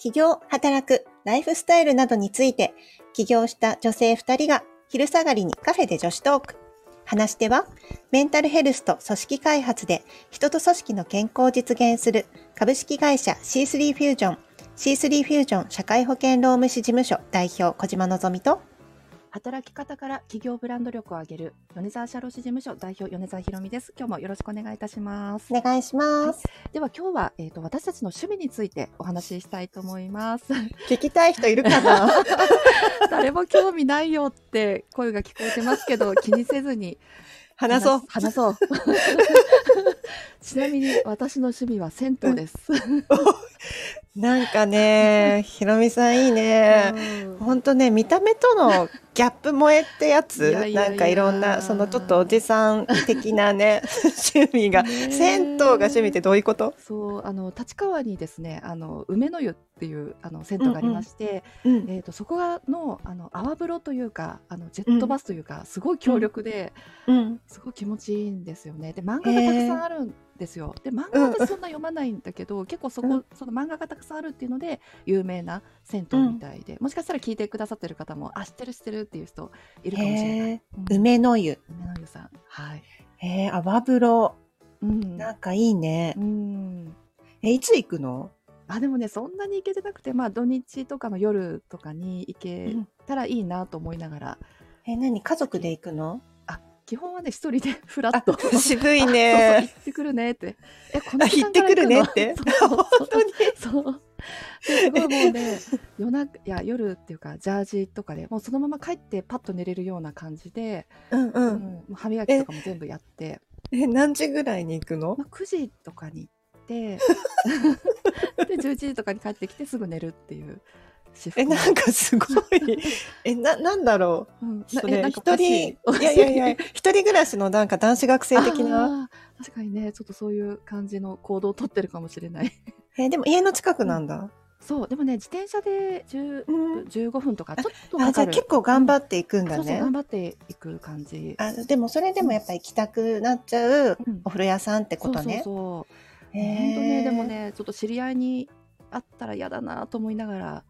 起業、働く、ライフスタイルなどについて、起業した女性2人が昼下がりにカフェで女子トーク。話し手は、メンタルヘルスと組織開発で人と組織の健康を実現する株式会社 C3 フュージョン、C3 フュージョン社会保険労務士事務所代表小島のぞみと、 働き方から企業ブランド力を上げる米沢社労士事務所代表米沢ひろみです。今日もよろしくお願いいたします。 お願いします。 では今日は、私たちの趣味についてお話ししたいと思います。 聞きたい人いるかな誰も興味ないよって声が聞こえてますけど、気にせずに話そう。 ちなみに私の趣味は銭湯です。 なんかね、ひろみさんいいね。ほんとね、見た目とのギャップ萌えってやつ、なんかいろんな、そのちょっとおじさん的なね、趣味が、銭湯が趣味ってどういうこと？ そう、立川にですね、梅の湯っていう銭湯がありまして、そこの泡風呂というか、ジェットバスというか、すごい強力で、すごい気持ちいいんですよね。で、漫画がたくさんあるんですよ。で、漫画は私そんな読まないんだけど、結構その漫画がたくさんあるっていうので有名な銭湯みたいで、もしかしたら聞いてくださってる方も知ってるっていう人いるかもしれない。 梅の湯さん、はい。 泡風呂、なんかいいね。いつ行くの？ でもね、そんなに行けてなくて、土日とかの夜とかに行けたらいいなと思いながら。 何家族で行くの？ 基本はね、一人でフラッと。 渋いね。 行ってくるねって。 行ってくるねって。本当に。 そう。すごいもうね、夜っていうか、ジャージとかでもうそのまま帰ってパッと寝れるような感じで、歯磨きとかも全部やって。 何時ぐらいに行くの ？9時とかに行って、で、11時とかに帰ってきてすぐ寝るっていう。 なんかすごい。なんだろう。それ、一人暮らしのなんか男子学生的な。 確かにね、ちょっとそういう感じの行動をとってるかもしれない。 でも家の近くなんだ。 そう、でもね、自転車で15分とか、ちょっとかかる。 じゃあ結構頑張っていくんだね。 そう、頑張っていく感じ。 でもそれでもやっぱり行きたくなっちゃうお風呂屋さんってことね。 そう。本当ね、でもね、ちょっと知り合いに会ったら嫌だなと思いながら。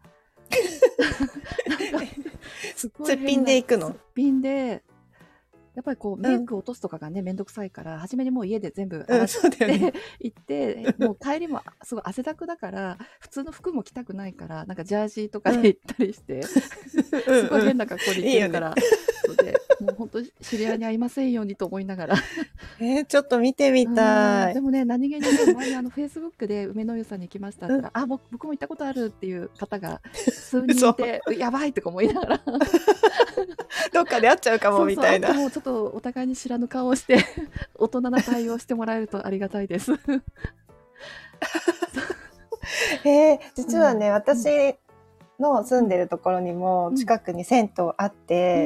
すっぴんで行くの？ すっぴんで、やっぱりこうメイク落とすとかがね、めんどくさいから、初めにもう家で全部洗って行って、もう帰りもすごい汗だくだから、普通の服も着たくないから、なんかジャージとかで行ったりして、すごい変な格好で行ってるから、もう本当知り合いに会いませんようにと思いながら。 ちょっと見てみたい。 でもね、何気にね、前にFacebook で梅の湯さんに行きましたって言ったら、僕も行ったことあるっていう方が数人いて、やばいとか思いながら。 どっかで会っちゃうかもみたいな。 もうちょっとお互いに知らぬ顔をして大人な対応してもらえるとありがたいです。 実はね、私の住んでるところにも近くに銭湯あって、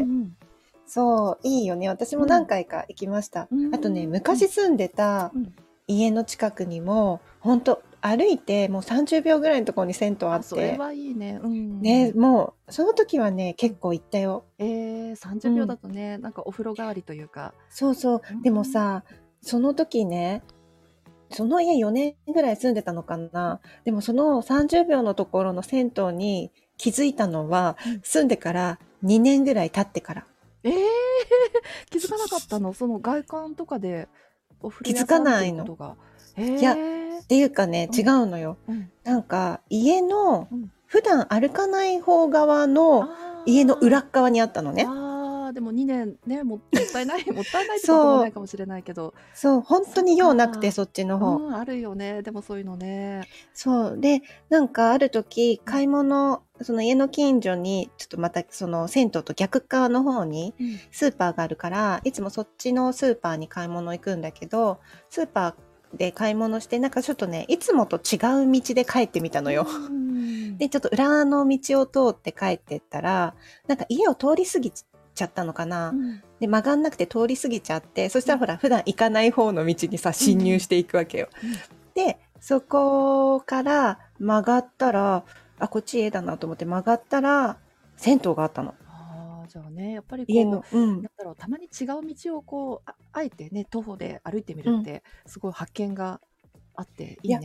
そういいよね。私も何回か行きました。あとね、昔住んでた家の近くにも本当歩いてもう30秒ぐらいのところに銭湯あって、 それはいいね。 ね、もうその時はね結構行ったよ。 30秒だとね、なんかお風呂代わりというか。 そうそう。でもさ、その時ね、その家4年ぐらい住んでたのかな。でもその30秒のところの銭湯に気づいたのは、住んでから2年ぐらい経ってから。 気づかなかったの？その外観とかでお風呂屋さんっていうことが。気づかないの。いや、っていうかね、違うのよ。なんか家の普段歩かない方側の家の裏側にあったのね。 でも2年ね、もったいないってこともないかもしれないけど、 そう本当に用なくて、そっちの方、 あるよね。でもそういうのね。 そうで、なんかある時買い物、その家の近所にちょっとまたその銭湯と逆側の方にスーパーがあるから、いつもそっちのスーパーに買い物行くんだけど、スーパーで買い物して、なんかちょっとね、いつもと違う道で帰ってみたのよ。で、ちょっと裏の道を通って帰ってったら、なんか家を通り過ぎちゃったのかな。で、曲がんなくて通り過ぎちゃって、そしたらほら、普段行かない方の道にさ、進入していくわけよ。で、そこから曲がったら、こっち家だなと思って曲がったら、銭湯があったの。 じゃあね、やっぱりこう、なんだろう、たまに違う道をこう、あえてね、徒歩で歩いてみるって、すごい発見があっていいね。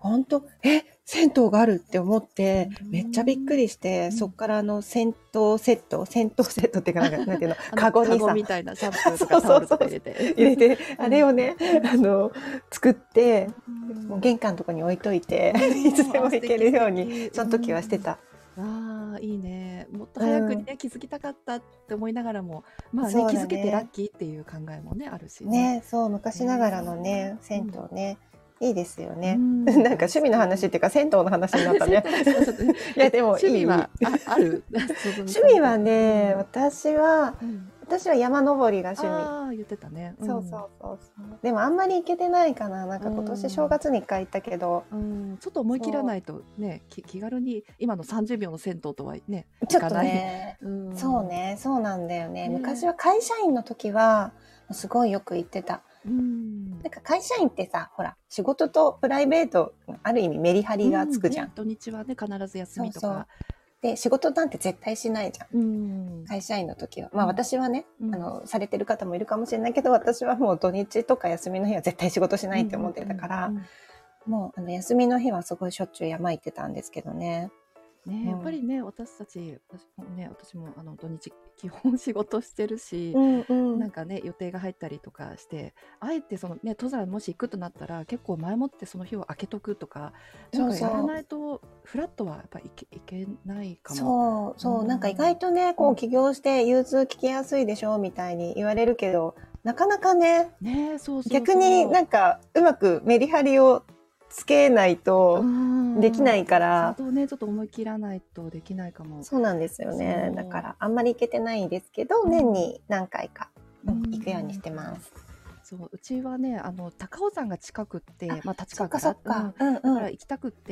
本当銭湯があるって思って、めっちゃびっくりして、そっから銭湯セットっていうか、なんていうの、カゴにさ、 みたいなシャンプーとかタオルとか入れて、 あれをね、作って、もう玄関のとこに置いといて、いつでも行けるように、その時はしてた。 ああ、いいね。もっと早くにね、気づきたかったって思いながらも、まあね、気づけてラッキーっていう考えもね、あるしね。そう、昔ながらのね、銭湯ね。いいですよね。なんか趣味の話っていうか、銭湯の話になったね。いや、でも趣味はある趣味はね、私は山登りが趣味。 ああ、言ってたね。 そうそうそう。でもあんまり行けてないかな。なんか今年正月に1回行ったけど。 ちょっと思い切らないとね、気軽に今の30秒の銭湯とはね、 ちょっとね、そうね、そうなんだよね。昔は会社員の時は、すごいよく行ってた。なんか会社員ってさ、ほら、仕事とプライベート、ある意味メリハリがつくじゃん。 土日はね、必ず休みとか。 で、仕事なんて絶対しないじゃん。会社員の時は。まあ私はね、されてる方もいるかもしれないけど、私はもう土日とか休みの日は絶対仕事しないって思ってたから、もう休みの日はすごいしょっちゅう山行ってたんですけどね。 やっぱりね、私も土日基本仕事してるし、なんかね予定が入ったりとかして、あえてそのね登山もし行くとなったら結構前もってその日を空けとくとか、なんかやらないとフラットはやっぱりいけないかも。 そう、なんか意外とね、こう起業して融通聞きやすいでしょみたいに言われるけど、なかなかね、逆になんかうまくメリハリをつけないとできないから、 ちょっと思い切らないとできないかも。 そうなんですよね。だからあんまり行けてないんですけど、年に何回か行くようにしてます。 そう、うちはね、高尾山が近くって、まあ立川からだから行きたくって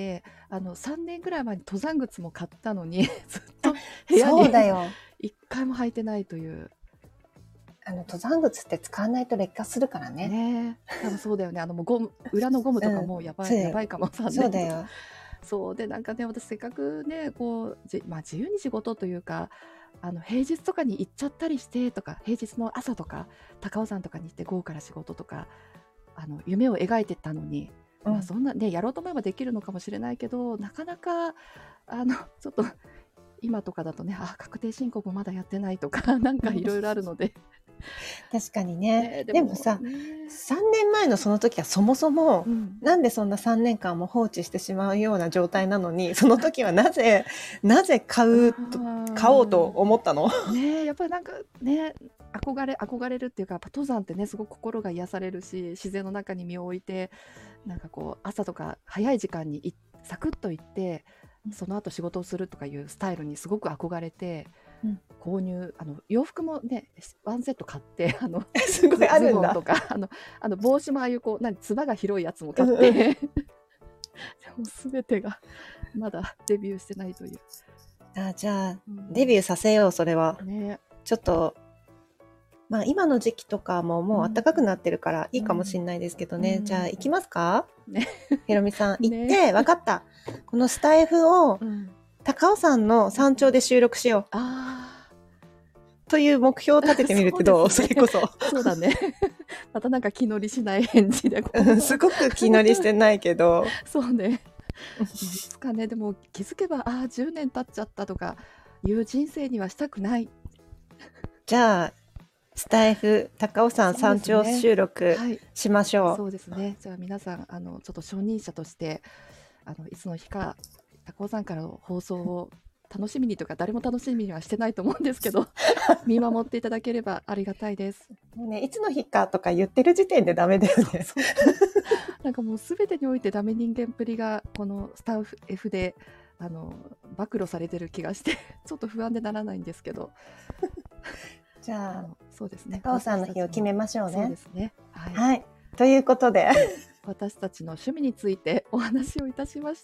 、3年ぐらい前に登山靴も買ったのにずっと部屋に1回も履いてないという。 登山靴って使わないと劣化するからね。 多分そうだよね。もう裏のゴムとかもうやばいかも。 そうだよ。 そうで、なんかね、私せっかくね、こう自由に仕事というか、平日とかに行っちゃったりしてとか、平日の朝とか高尾山とかに行って午後から仕事とか夢を描いてたのに、まあ、そんなねやろうと思えばできるのかもしれないけど、なかなかちょっと今とかだとね、確定申告まだやってないとかなんかいろいろあるので。 確かにね。でもさ、3年前のその時はそもそも、なんでそんな3年間も放置してしまうような状態なのに、その時はなぜ買おうと思ったの？ やっぱりなんかね、憧れるっていうか、やっぱ登山ってねすごく心が癒されるし、自然の中に身を置いて、なんかこう朝とか早い時間にサクッと行ってその後仕事をするとかいうスタイルにすごく憧れて、購入洋服もねワンセット買ってすごいあるんだ。 ズボンとか帽子もああいうつばが広いやつも買ってでも全てがまだデビューしてないという。 じゃあ、デビューさせよう。それはちょっとまあ今の時期とかももう暖かくなってるからいいかもしれないですけどね。じゃあ行きますか？ひろみさん行って分かった。このスタイフを高尾山の山頂で収録しよう。という目標を立ててみるけど、それこそ。 そうだね。またなんか気乗りしない返事で。 すごく気乗りしてないけど。 そうね。いつかね、でも気づけば、10年経っちゃったとかいう人生にはしたくない。 じゃあ、スタイフ高尾山山頂収録しましょう。 そうですね。じゃあ皆さん、ちょっと承認者として、いつの日か高尾山からの放送を楽しみにとか、誰も楽しみにはしてないと思うんですけど見守っていただければありがたいです。 ね、いつの日かとか言ってる時点でダメだよね。 なんかもう全てにおいてダメ人間っぷりがこのスタッフで暴露されてる気がしてちょっと不安でならないんですけどじゃあそうですね、 高尾山の日を決めましょうね。 そうですね、 はい、ということで私たちの趣味についてお話をいたしました。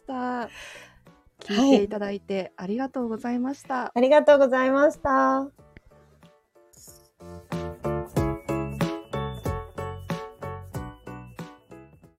聞いていただいてありがとうございました。 ありがとうございました。